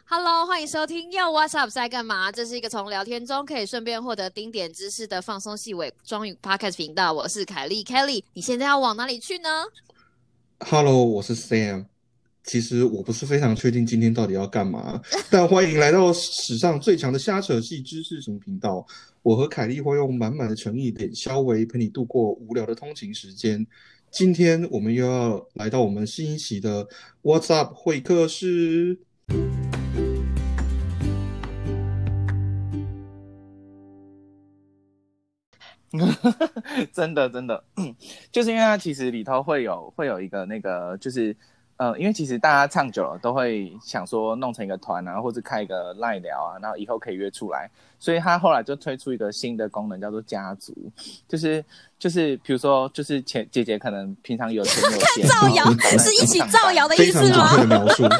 Hello，欢迎收听Yo What's Up 在干嘛？这是一个从聊天中可以顺便获得丁点知识的放松细伪装语 Podcast 频道。我是凯莉 Kelly， 你现在要往哪里去呢 Hello，我是 Sam。其实我不是非常确定今天到底要干嘛，但欢迎来到史上最强的瞎扯系知识型频道。我和凯莉会用满满的诚意，点消维陪你度过无聊的通勤时间。今天我们又要来到我们新一期的 What's Up 会客室。 真的，就是因为它其实里头会有一个那个，就是因为其实大家唱久了都会想说弄成一个团啊，或者开一个 LINE 聊啊，然后以后可以约出来，所以他后来就推出一个新的功能，叫做家族，就是比如说，就是姐姐可能平常有钱有闲， 造谣是一起造谣的意思吗？ 非常准确的描述。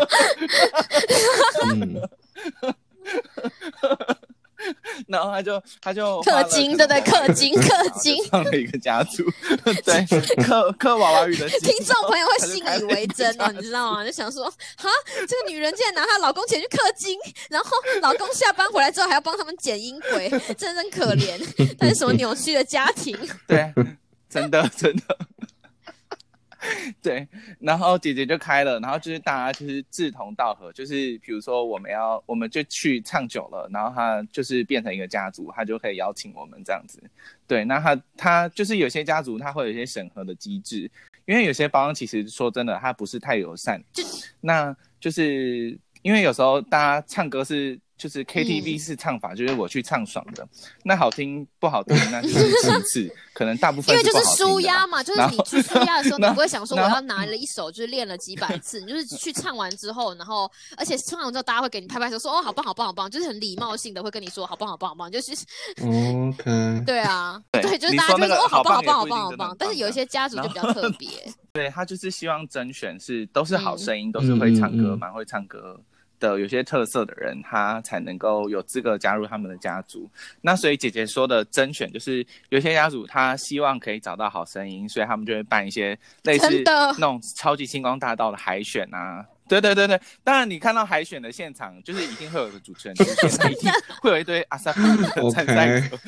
然后他就氪金，对不对？氪金， 创了一个家族，对，氪娃娃鱼的金。 听众朋友会信以为真哦，你知道吗？就想说，哈，这个女人竟然拿她老公钱去氪金，然后老公下班回来之后还要帮他们捡音轨，真可怜。那是什么扭曲的家庭？ 对，真的。对，然后姐姐就开了，然后就是大家就是志同道合，就是比如说我们就去唱久了，然后他就是变成一个家族，他就可以邀请我们这样子。对，那他就是有些家族他会有一些审核的机制，因为有些包厢其实说真的他不是太友善，那就是因为有时候大家唱歌就是 KTV 是唱法，就是我去唱爽的，那好听不好听那就是其次，可能大部分因为就是不好听的是舒压嘛，就是你去舒压的时候，你不会想说我要拿了一首就是练了几百次，你就是去唱完之后，然后而且唱完之后大家会给你拍拍手说哦好棒好棒好棒，就是很礼貌性的会跟你说好棒好棒好棒，就是 OK， 对啊，对，就是大家就说哦好棒好棒好棒好棒，但是有一些家族就比较特别， 对，他就是希望甄选都是好声音，都是会唱歌蛮会唱歌的有些特色的人，他才能够有资格加入他们的家族。那所以姐姐说的甄选，就是有些家族他希望可以找到好声音，所以他们就会办一些类似那种超级星光大道的海选啊。对，当然你看到海选的现场，就是一定会有个主持人出现，他一定会有一堆阿萨布的参赛者。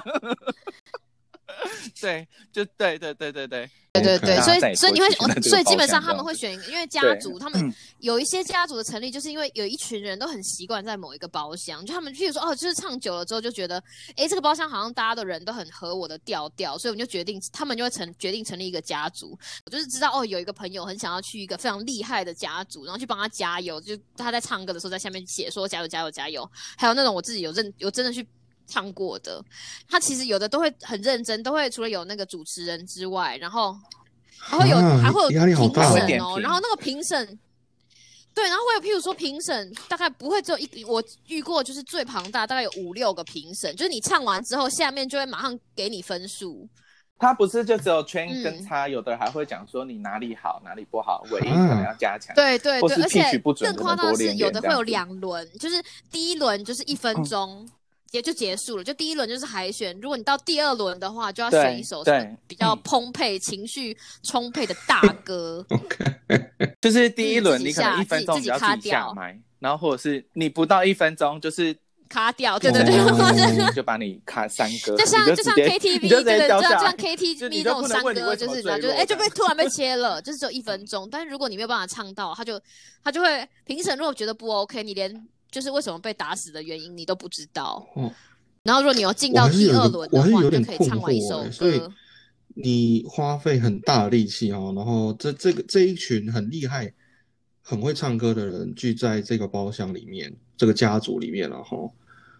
对，就对， 所以你会，所以基本上他们会选一个，因为家族他们有一些家族的成立，就是因为有一群人都很习惯在某一个包厢，就他们譬如说哦，就是唱久了之后就觉得，这个包厢好像大家的人都很合我的调，所以我们就他们就会决定成立一个家族。我就是知道哦，有一个朋友很想要去一个非常厉害的家族，然后去帮他加油，就他在唱歌的时候在下面写说加油加油加油，还有那种我自己有真的去唱过的，他其实有的都会很认真，都会除了有那个主持人之外，然后还会有评审哦，然后那个评审，对，然后会有譬如说评审大概不会只有我遇过就是最庞大大概有5-6个评审，就是你唱完之后下面就会马上给你分数。 他不是就只有圈跟叉，有的还会讲说你哪里好哪里不好，尾音可能要加强。 对， 或是而且不准更夸张的是有的会有2轮，就是第一轮就是1分钟。也就结束了，就第一轮就是海选。如果你到第2轮的话，就要选一首比较澎湃、情绪充沛的大歌。 就是第一轮你可能1分钟自己要自己下麦，然后或者是你不到1分钟就是卡掉，对， 就把你卡3歌， 就像 KTV， 对，就像 KTV 那种3歌，就是就被突然被切了，就是只有1分钟。但是如果你没有办法唱到，他就会评审如果觉得不 OK， 你连就是为什么被打死的原因你都不知道。然后如果你有进到第2轮的话，你就可以唱完一首歌。 所以你花费很大的力气哦，然后这一群很厉害、很会唱歌的人聚在这个包厢里面，这个家族里面了哈。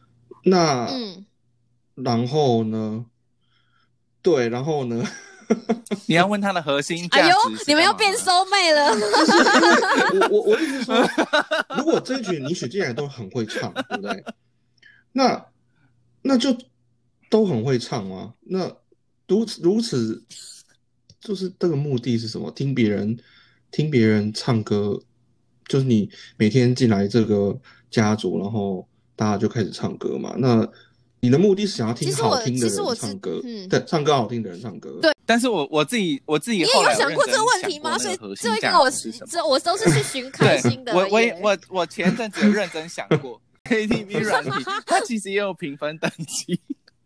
然后呢？对，然后呢？ 你要问他的核心价值。 哎呦，你们要变收妹了。 我意思是说，如果这一群你选进来都很会唱，对不对？那就都很会唱吗？那如此，就是这个目的是什么？听别人唱歌，就是你每天进来这个家族，然后大家就开始唱歌嘛？那你的目的是想要听好听的人唱歌，对，唱歌好听的人唱歌。 但是我自己你也有想过这个问题吗？所以这位跟我都是去寻开心的。 我前阵子有认真想过 KTV 软体，它其实也有评分等级。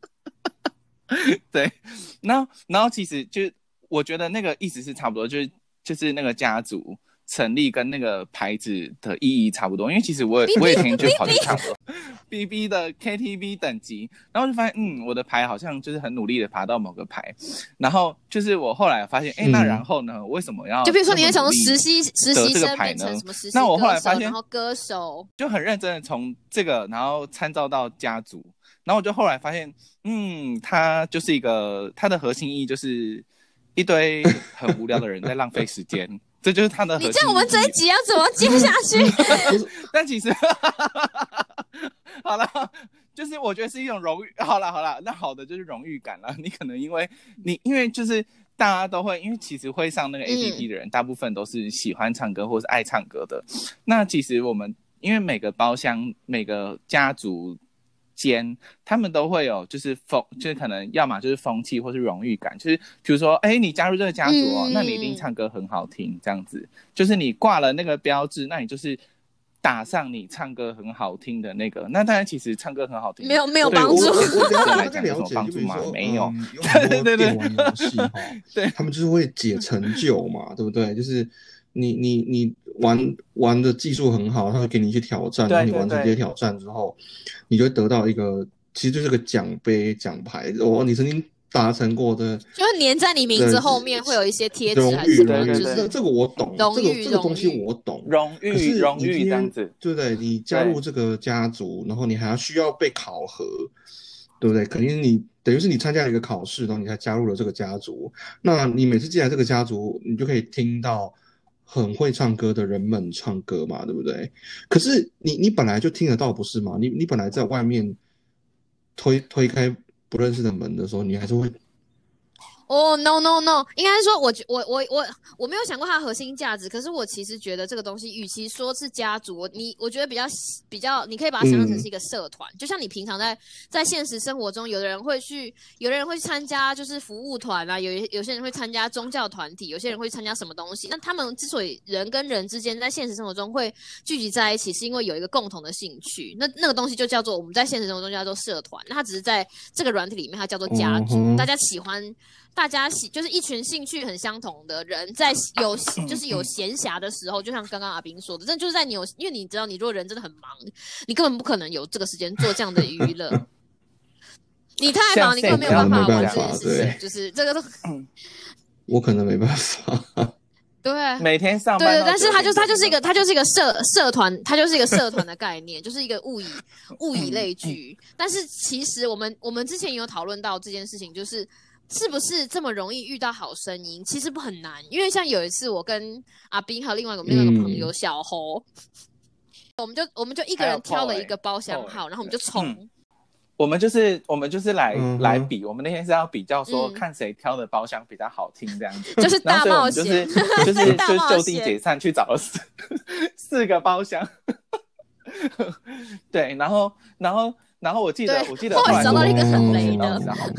对，然后其实就我觉得那个意思是差不多，就是那个家族成立跟那个牌子的意义差不多，因为其实我以前就跑去看过 BB 的 KTV 等级，然后就发现我的牌好像就是很努力的爬到某个牌，然后就是我后来发现那然后呢，为什么要就比如说你会从实习生变成什么实习那我后来发现然后歌手就很认真的从这个然后参照到家族，然后我就后来发现它就是一个它的核心意义就是一堆很无聊的人在浪费时间。这就是他的核心。 你这样我们这一集要怎么接下去？ 但其实好了，就是我觉得是一种荣誉。好了，那好的就是荣誉感了。你可能因为就是大家都会，因为其实会上那个 APP 的人，大部分都是喜欢唱歌或是爱唱歌的。那其实我们因为每个包厢、每个家族间，他们都会有就是可能要么就是风气或是荣誉感，就是比如说你加入这个家族那你一定唱歌很好听，这样子就是你挂了那个标志，那你就是打上你唱歌很好听的那个。那当然其实唱歌很好听没有帮助， 我来讲有什么帮助吗？没有。 有很多电玩游戏对，他们就是会解成就嘛，对不对？就是你玩的技术很好，他会给你一些挑战，然后你完成这些挑战之后，你就会得到一个，其实就是个奖杯、奖牌。你曾经达成过的， 就是粘在你名字后面会有一些贴纸， 荣誉，这个我懂，这个东西我懂， 荣誉这样子， 对不对？你加入这个家族，然后你还需要被考核，对不对？肯定你等于是你参加了一个考试，然后你才加入了这个家族。那你每次进来这个家族，你就可以听到很会唱歌的人们唱歌嘛，对不对？可是你本来就听得到，不是吗？你本来在外面推开不认识的门的时候，你还是会。 no， 应该说我没有想过它的核心价值，可是我其实觉得这个东西，与其说是家族，我觉得比较，你可以把它想象成是一个社团，就像你平常在现实生活中，有的人会去参加就是服务团啊，有些人会参加宗教团体，有些人会参加什么东西。那他们之所以人跟人之间在现实生活中会聚集在一起，是因为有一个共同的兴趣。那个东西就叫做我们在现实生活中叫做社团，那它只是在这个软体里面它叫做家族，大家就是一群兴趣很相同的人，在有闲暇的时候，就像刚刚阿彬说的，真的就是因为你知道，你如果人真的很忙，你根本不可能有这个时间做这样的娱乐。你太忙，你根本没有办法玩这件事情，就是这个都， 我可能没办法。 对， 每天上班。 对，但是它就是一个社团，它就是一个社团的概念，就是一个物以类聚。但是其实我们之前也有讨论到这件事情，是不是这么容易遇到好声音？其实不很难，因为像有一次我跟阿彬和另外一个朋友小侯，我们就一个人挑了一个包厢号，然后我们就冲。 我们就是来比，我们那天是要比较说看谁挑的包厢比较好听这样子， 就是大冒险， 就是就地解散去找了四个包厢，对，然后我记得后来找到了一个很雷的，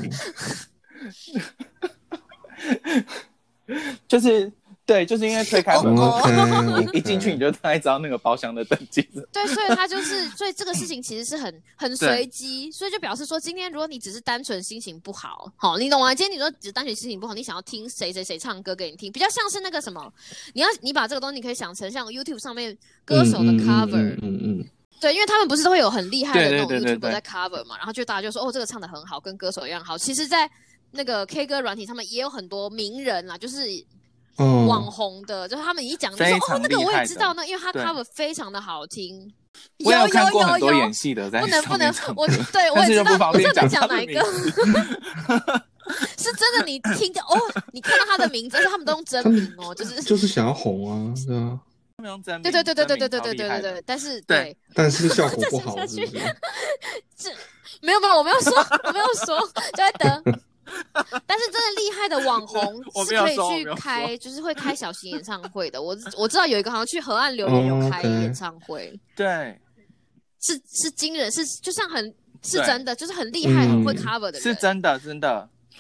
就是对，就是因为推开门一进去你就大概知道那个包厢的等级了。 对，所以这个事情其实是很随机，所以就表示说，今天如果你只是单纯心情不好，好，你懂吗？今天你说只是单纯心情不好，你想要听谁唱歌给你听，比较像是那个什么，你把这个东西你可以想成像 YouTube 上面歌手的 cover，对，因为他们不是都会有很厉害的那种 YouTuber 在 cover 嘛，然后就大家就说这个唱得很好，跟歌手一样好。其实，在那个 K 歌软体上面也有很多名人啦，就是网红的，就是他们一讲就说那个我也知道呢，因为他 cover 非常的好听。 我有看过很多演戏的在不能，我知道，我知道你讲哪一个。是真的，你听着你看到他的名字，而且他们都用真名就是想要红啊，对啊。 他们用真名， 对， 但是效果不好，是不是？ 没有，我没有说，就会得。但是真的厉害的网红是可以去开，就是会开小型演唱会的。我知道有一个好像去河岸留言有开演唱会， 对， 是惊人，就像是真的，就是很厉害、很会 cover 的人， 是真的。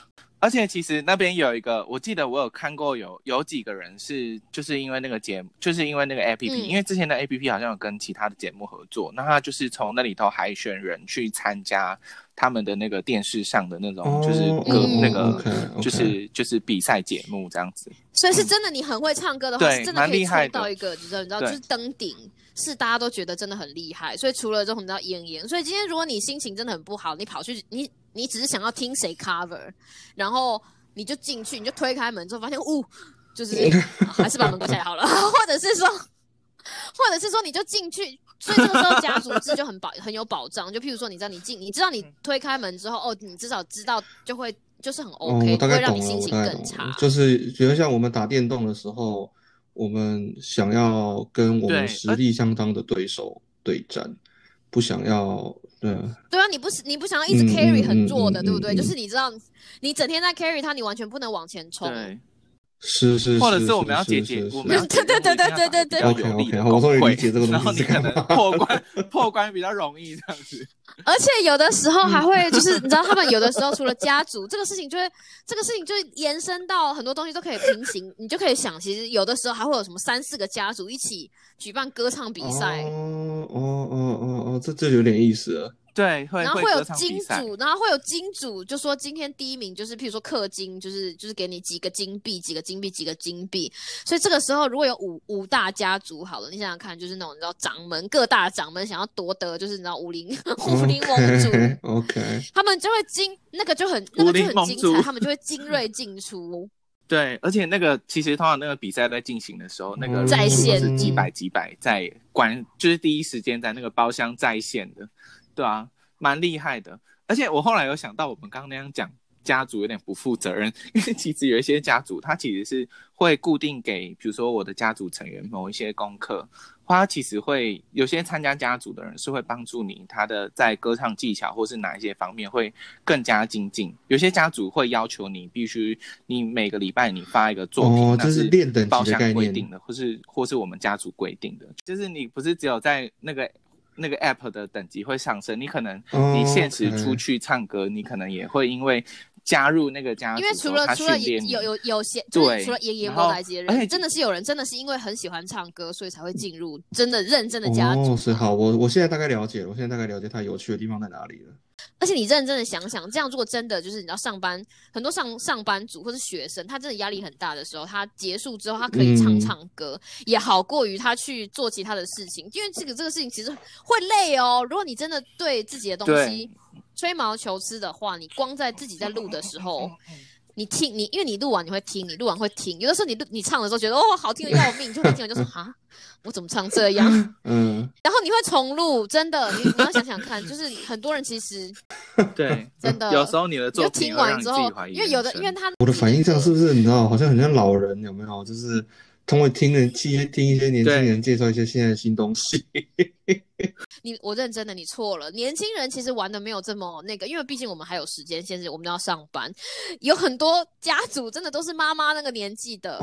而且其实那边有一个，我记得我有看过有几个人是就是因为那个节目，就是因为那个 APP，因为之前的 APP 好像有跟其他的节目合作，那他就是从那里头海选人去参加他们的那个电视上的那种，就是那个就是比赛节目这样子。 所以是真的，你很会唱歌的话，是真的可以冲到一个，你知道，就是登顶，是大家都觉得真的很厉害。所以除了这种你知道演，所以今天如果你心情真的很不好，你跑去你只是想要听谁 cover， 然后你就进去，你就推开门之后发现，就是还是把门关起来好了，或者是说你就进去，所以这个时候家族制就很有保障。就譬如说，你知道你推开门之后，你至少知道就是很 OK， 不会让你心情更差。 就是觉得像我们打电动的时候，我们想要跟我们实力相当的对手对战，不想要。对啊，你不想要一直 carry 很弱的，对不对？就是你知道，你整天在 carry 他，你完全不能往前冲。 是， 或者是我们要解我们要对 OK， 我终于理解这个东西是干嘛。 破关比较容易这样子。 而且有的时候还会就是你知道他们有的时候除了家族这个事情就延伸到很多东西都可以平行，你就可以想，其实有的时候还会有什么3-4个家族一起举办歌唱比赛。 这有点意思了。 对， 然后会有金主，就说今天第一名就是譬如说氪金，就是给你几个金币，所以这个时候如果有五大家族好了，你想想看，就是那种你知道各大掌门想要夺得就是你知道武林盟主 OK， 他们就会那个就很精彩，他们就会精锐进出。 对，而且那个其实通常那个比赛在进行的时候，那个在线是几百在就是第一时间在那个包厢在线的。对啊，蛮厉害的。而且我后来有想到，我们刚刚那样讲家族有点不负责任，因为其实有一些家族，他其实是会固定给，比如说我的家族成员某一些功课，他其实会有些参加家族的人是会帮助你，他的在歌唱技巧或是哪一些方面会更加精进。有些家族会要求你必须，你每个礼拜你发一个作品， 这是练等级的概念， 包厢规定的，或是我们家族规定的，就是你不是只有在那个 app 的等级会上升，你可能你现实出去唱歌，你可能也会因为加入那个家族， 因为除了有些对，除了爷爷波来接人，而且真的是有人真的是因为很喜欢唱歌，所以才会进入真的认真的家族。 是好，我现在大概了解它有趣的地方在哪里了。 而且你认真的想想，这样如果真的就是你知道上班，很多上班族或是学生，他真的压力很大的时候，他结束之后他可以唱歌，也好过于他去做其他的事情，因为这个事情其实会累哦。如果你真的对自己的东西吹毛求疵的话，你光在自己在录的时候，你因为你录完你会听，你录完会听，有的时候你唱的时候觉得好听的要命，就会听完就说我怎么唱这样？然后你会重录，真的，你要想想看，就是很多人其实对， 真的有时候你的作品听完之后，因为我的反应这样是不是你知道，好像很像老人有没有？就是通过听一些年轻人介绍一些现在的新东西。 我认真的，你错了。年轻人其实玩的没有这么那个，因为毕竟我们还有时间限制，我们要上班。有很多家族真的都是妈妈那个年纪的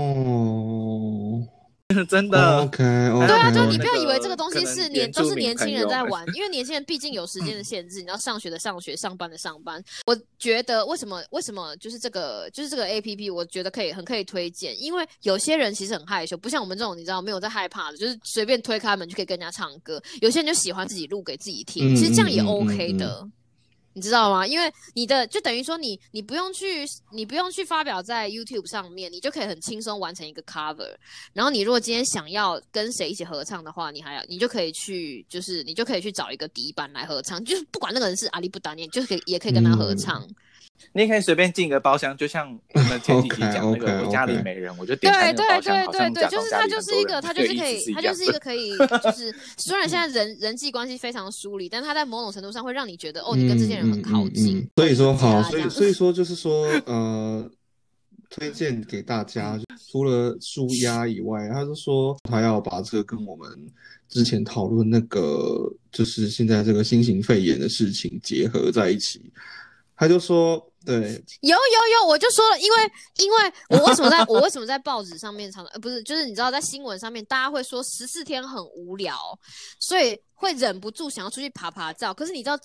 真的 OK， 对啊，就你不要以为这个东西是都是年轻人在玩，因为年轻人毕竟有时间的限制，你要上学的上学，上班的上班。我觉得为什么就是这个 APP， 我觉得很可以推荐，因为有些人其实很害羞，不像我们这种你知道没有在害怕的，就是随便推开门就可以跟人家唱歌。有些人就喜欢自己录给自己听，其实这样也 OK 的。你知道吗？因为你的就等于说你不用去发表在 YouTube 上面，你就可以很轻松完成一个 cover。然后你如果今天想要跟谁一起合唱的话，你就可以去找一个底板来合唱，就是不管那个人是阿里不达，你就也可以跟他合唱。 你也可以随便进一个包厢，就像我们前几集讲那个我家里没人，我就点开那个包厢， 对，就是它就是一个可以，就是虽然现在人际关系非常疏离，但它在某种程度上会让你觉得你跟这些人很靠近。 所以说好，所以说就是说推荐给大家，除了舒压以外，他就说他要把这个跟我们之前讨论那个就是现在这个新型肺炎的事情结合在一起。他就说，对， 有，我就说了，因为我为什么在报纸上面不是，就是你知道在新闻上面，大家会说14天很无聊，所以会忍不住想要出去爬照。可是你知道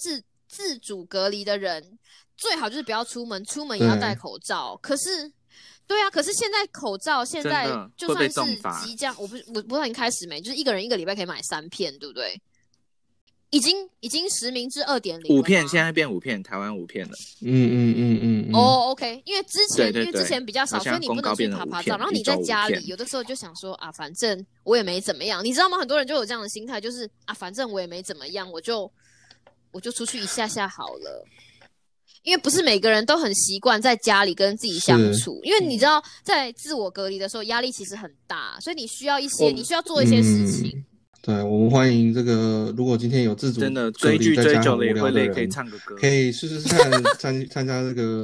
自主隔离的人，最好就是不要出门，出门也要戴口罩。可是，对啊，可是现在口罩现在就算是即将，我不知道已经开始没，就是一个人一个礼拜可以买3片，对不对？已经实名制2.0 5片，现在变5片，台湾5片了。 哦 ，OK， 因为之前比较少，所以你不能去拍照，然后你在家里有的时候就想说啊，反正我也没怎么样，你知道吗？很多人就有这样的心态，就是啊，反正我也没怎么样，我就出去一下下好了。因为不是每个人都很习惯在家里跟自己相处，因为你知道在自我隔离的时候压力其实很大，所以你需要做一些事情。 对，我们欢迎这个，如果今天有自主真的追剧追久了也会累，可以唱个歌， 可以试试看参加这个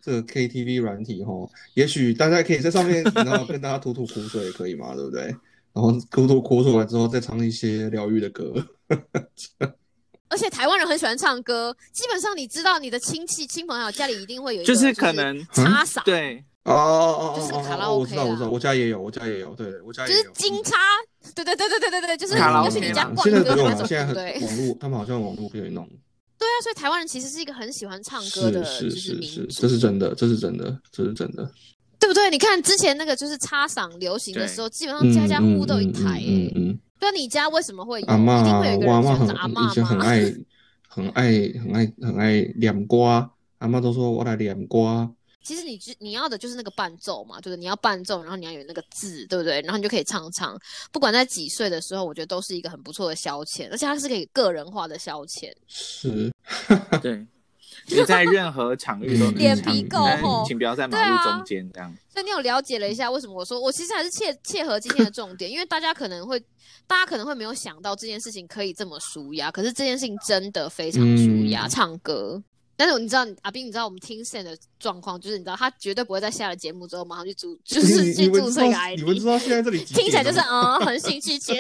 KTV 软体齁，也许大家可以在上面然后跟大家吐吐苦水也可以嘛，对不对？然后吐苦水完之后再唱一些疗愈的歌。 而且台湾人很喜欢唱歌，基本上你知道你的亲朋好友家里一定会有一个就是可能插嗓， 对。 就是卡拉 OK 我知道，我家也有，对，我家也有， 就是金插，对，就是卡拉 OK 要去你家灌歌那种， 现在对， 网络，他们好像网络可以弄。 对啊，所以台湾人其实是一个很喜欢唱歌的，就是民族， 这是真的，对不对？你看之前那个就是插嗓流行的时候，基本上家家户户都有一台，对啊，你家为什么会有？ 阿嬷， 一定会有一个人选择阿嬷以前很爱念歌，阿嬷都说我来念歌。 其实你要的就是那个伴奏嘛，就是你要伴奏，然后你要有那个字，对不对？然后你就可以唱。不管在几岁的时候，我觉得都是一个很不错的消遣，而且它是可以个人化的消遣。 是， 对，你在任何场域都能脸皮够厚， 请不要在马路中间这样。 所以你有了解了一下为什么我说我其实还是切合今天的重点，因为大家可能会没有想到这件事情可以这么抒压，可是这件事情真的非常抒压，唱歌。但是你知道阿彬，你知道我们听 Sam 的状况，就是你知道他绝对不会在下了节目之后马上去注册一个 ID。 你们知道现在这里听起来就是很兴趣缺。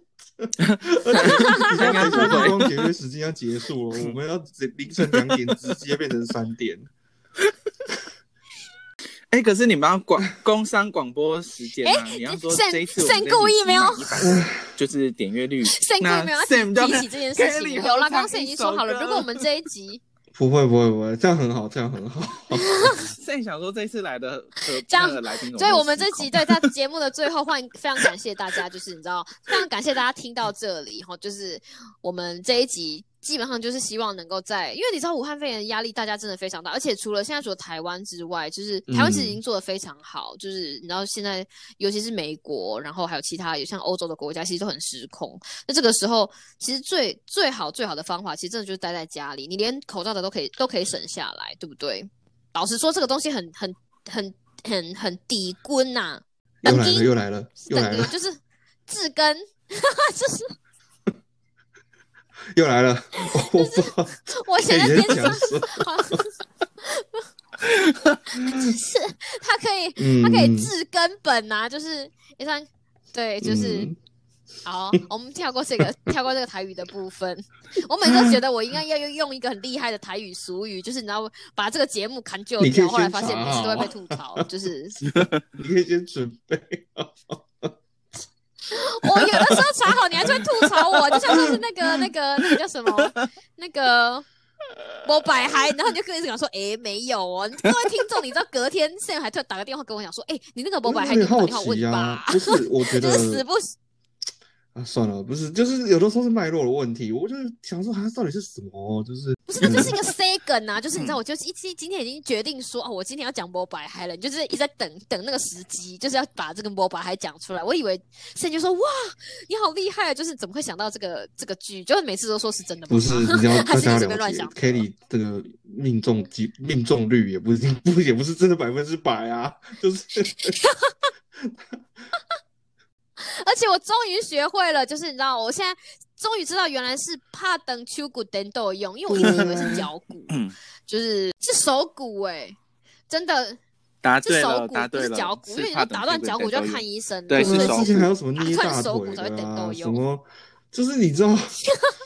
你看看下光节约时间要结束了，我们要凌晨2点直接变成3点。 可是你们要工商广播时间啊！你要说这一次我们故意没有， 就是点阅率。 Sam 故意没有提起这件事情。有了，刚刚 Sam 已经说好了，如果我们这一集。 不会，这样很好。 现在想说这一次来的这样来宾，所以我们这集在节目的最后，非常感谢大家，就是你知道，非常感谢大家听到这里，就是我们这一集基本上就是希望能够因为你知道武汉肺炎的压力，大家真的非常大，而且除了台湾之外，就是台湾其实已经做得非常好，就是你知道现在尤其是美国，然后还有其他有像欧洲的国家，其实都很失控。那这个时候，其实最好的方法，其实真的就是待在家里，你连口罩的都可以省下来，对不对？老实说，这个东西很底根呐， 又来了， 就是治根，就是。 又来了， 我现在边说，是它可以治根本啊，就是对，就是好，我们跳过这个台语的部分。我每次都觉得我应该要用一个很厉害的台语俗语，就是你知道把这个节目砍旧掉，后来发现每次都会被吐槽，就是你可以先准备。 我有的时候查好，你还是会吐槽我，就像说是那个叫什么那个我摆嗨，然后你就跟一直讲说，没有哦，各位听众，你知道隔天Sam还突然打个电话跟我讲说，你那个我摆嗨，你打电话问吧， 不是，我觉得就是死不死。 算了，不是，就是有的时候是脉络的问题，我就是想说它到底是什么，就是不是，那就是一个 second 啊，就是你知道，我就今天已经决定说，我今天要讲波白嗨了，你就是一直在等那个时机，就是要把这个波白嗨讲出来。我以为Sam就说哇，你好厉害啊，就是怎么会想到这个剧，就每次都说是真的吗？ 不是，你要大家了解，Kelly 这个命中率也不是真的100%啊，就是。 而且我终于学会了，就是你知道，我现在终于知道原来是怕等手骨等都有用，因为我一直以为是脚骨，就是手骨真的答对了， 不是脚骨，因为你打断脚骨就要看医生。 对，是之前还有什么捏大腿的什么，就是你知道，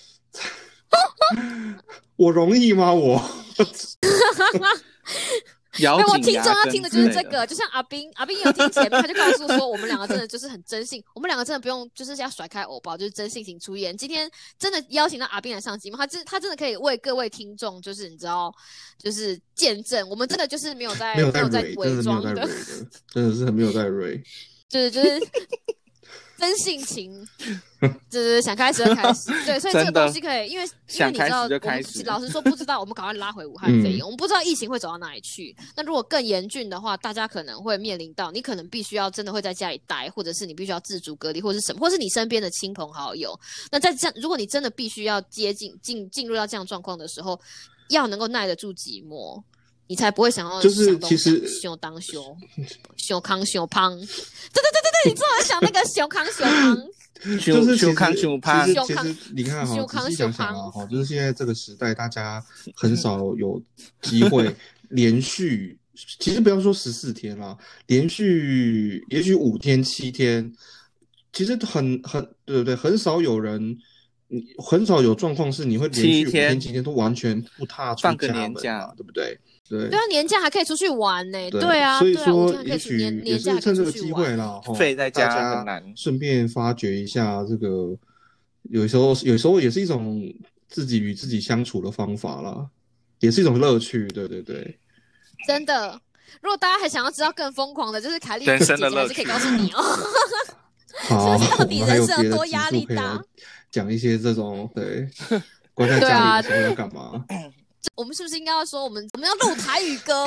我容易吗？ 咬紧牙根。 我听众要听的就是这个，就像阿斌有听前面，他就告诉说，我们两个真的就是很真性，我们两个真的不用就是要甩开偶包，就是真性情出演。今天真的邀请到阿斌来上节目，他真的可以为各位听众，就是你知道，就是见证，我们真的就是没有在伪装的， 真的是很没有在蕊， 就是真性情，就是想开始就开始，对，所以这个东西可以，因为你知道，我们老实说不知道，我们赶快拉回武汉肺炎，我们不知道疫情会走到哪里去。那如果更严峻的话，大家可能会面临到，你可能必须要真的会在家里待，或者是你必须要自主隔离，或者是什么，或是你身边的亲朋好友。那在这样，如果你真的必须要进入到这样状况的时候，要能够耐得住寂寞。你才不会想要就是其实修当修康修胖，对，你知道我想那个修康修胖， 就是修康修胖。 其实你看哈，仔细想想啊，就是现在这个时代，大家很少有机会连续，其实不要说14天啦，连续也许5天7天，其实对不对？很少有人。很少有状况是你会连续5天7天都完全不踏出家门嘛，对不对？对啊，年假还可以出去玩呢。对啊， 所以说也许也是趁这个机会啦， 废在家很难， 顺便发掘一下这个，有时候也是一种自己与自己相处的方法啦，也是一种乐趣。对， 真的。如果大家还想要知道更疯狂的，就是凯莉姐姐还是可以告诉你哦。 好， 到底人生有多压力大？ 讲一些这种对，关在家里的时候要干嘛？ 我们是不是应该要说我们要录台语歌？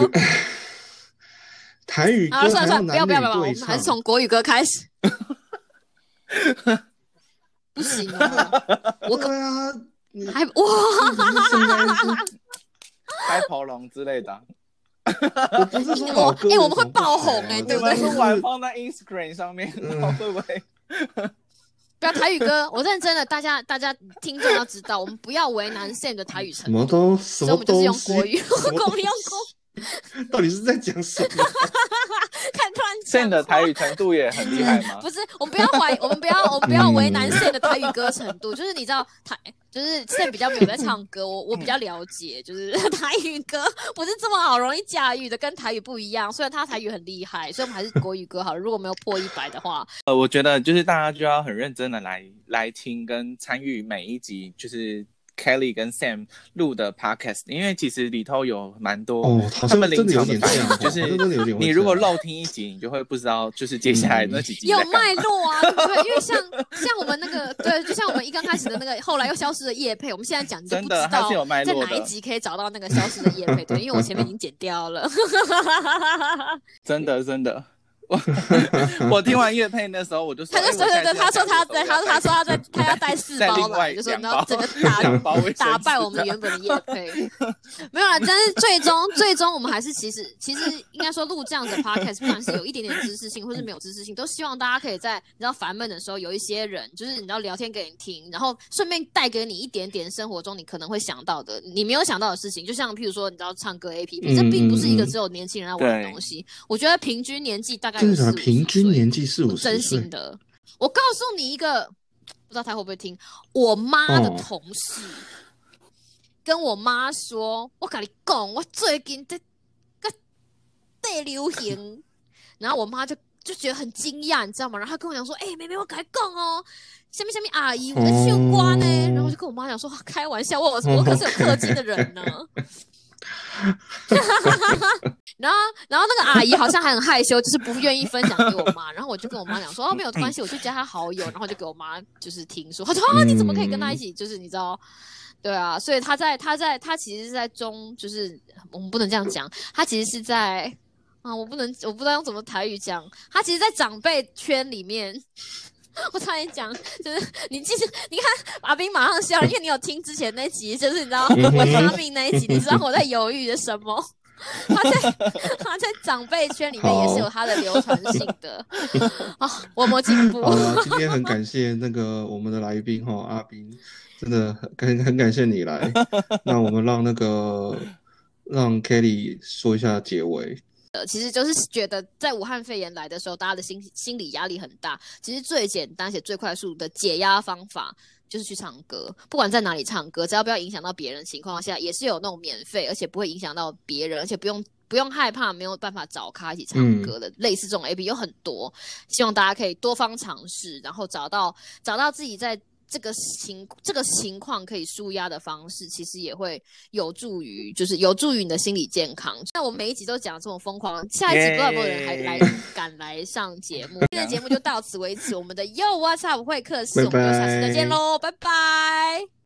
台语歌算了，不要，我们还是从国语歌开始。不行啊！ 对啊， 还哇， 开跑龙之类的。 我不是说老歌， 我们会爆红对不对？ 是晚放在 Instagram 上面，会不会？ 不要台语歌，我认真的，大家听众要知道，我们不要为难 Sam 的台语程度，所以我们就是用国语， 到底是在讲什么？ 看突然 Sam 的台语程度也很厉害吗？ 不是，我们不要为难 Sam 的台语歌程度，就是你知道就是 Sam 比较没有在唱歌，我比较了解，就是台语歌不是这么好容易驾驭的，跟台语不一样。虽然他台语很厉害，所以我们还是国语歌好了。如果没有破100的话， 我觉得就是大家就要很认真的来听跟参与每一集，就是。Kelly 跟 Sam 录的 podcast， 因为其实里头有蛮多他们临场的反应，就是你如果漏听一集，你就会不知道就是接下来那几集有脉络啊，对不对？因为像我们那个对，就像我们一刚开始的那个，后来又消失的业配，我们现在讲你就不知道在哪一集可以找到那个消失的业配，对，因为我前面已经剪掉了。 真的。我听完乐配那时候，我就说， 他说他要带4包来，就说然后整个打败我们原本的业配，没有啦。但是最终我们还是其实应该说录这样的 podcast， 不管是有一点点知识性，或是没有知识性，都希望大家可以在你知道烦闷的时候，有一些人就是你知道聊天给你听，然后顺便带给你一点点生活中你可能会想到的，你没有想到的事情，就像譬如说你知道唱歌 APP， 这并不是一个只有年轻人在玩的东西。我觉得平均年纪大概真的平均年纪4-50岁， 真心的。我告诉你一个，不知道他会不会听。我妈的同事跟我妈说，我跟你讲，我最近在大流行，然后我妈就觉得很惊讶，你知道吗？然后她跟我讲说，妹妹，我跟你讲哦，下面阿姨我在唱歌呢，然后我就跟我妈讲说，开玩笑，我可是有氪金的人呢。然后那个阿姨好像还很害羞，就是不愿意分享给我妈。然后我就跟我妈讲说，没有关系，我就加她好友。然后就给我妈就是听说，她说你怎么可以跟她一起？就是你知道，对啊，所以她其实是在就是我们不能这样讲，她其实是在我不知道用怎么台语讲，她其实，在长辈圈里面。我差点讲，就是你看阿斌马上笑了，因为你有听之前那集，就是你知道维他命那一集，你知道我在犹豫的什么？他在长辈圈里面也是有他的流传性的我没进步。 好了，今天很感谢那个我们的来宾阿斌，真的很感谢你来。那我们让 Kelly 说一下结尾。 其实就是觉得在武汉肺炎来的时候，大家的心理压力很大。其实最简单且最快速的解压方法就是去唱歌，不管在哪里唱歌，只要不要影响到别人的情况下，也是有那种免费而且不会影响到别人，而且不用不用害怕没有办法找咖一起唱歌的，类似这种 APP 有很多，希望大家可以多方尝试，然后找到自己在这个情况可以抒压的方式，其实也会有助于你的心理健康。那我每一集都讲这种疯狂，下一集不知道有没有人还敢来上节目。今天的节目就到此为止，我们的 Yo What's Up 会客室，我们就下次再见喽，拜拜。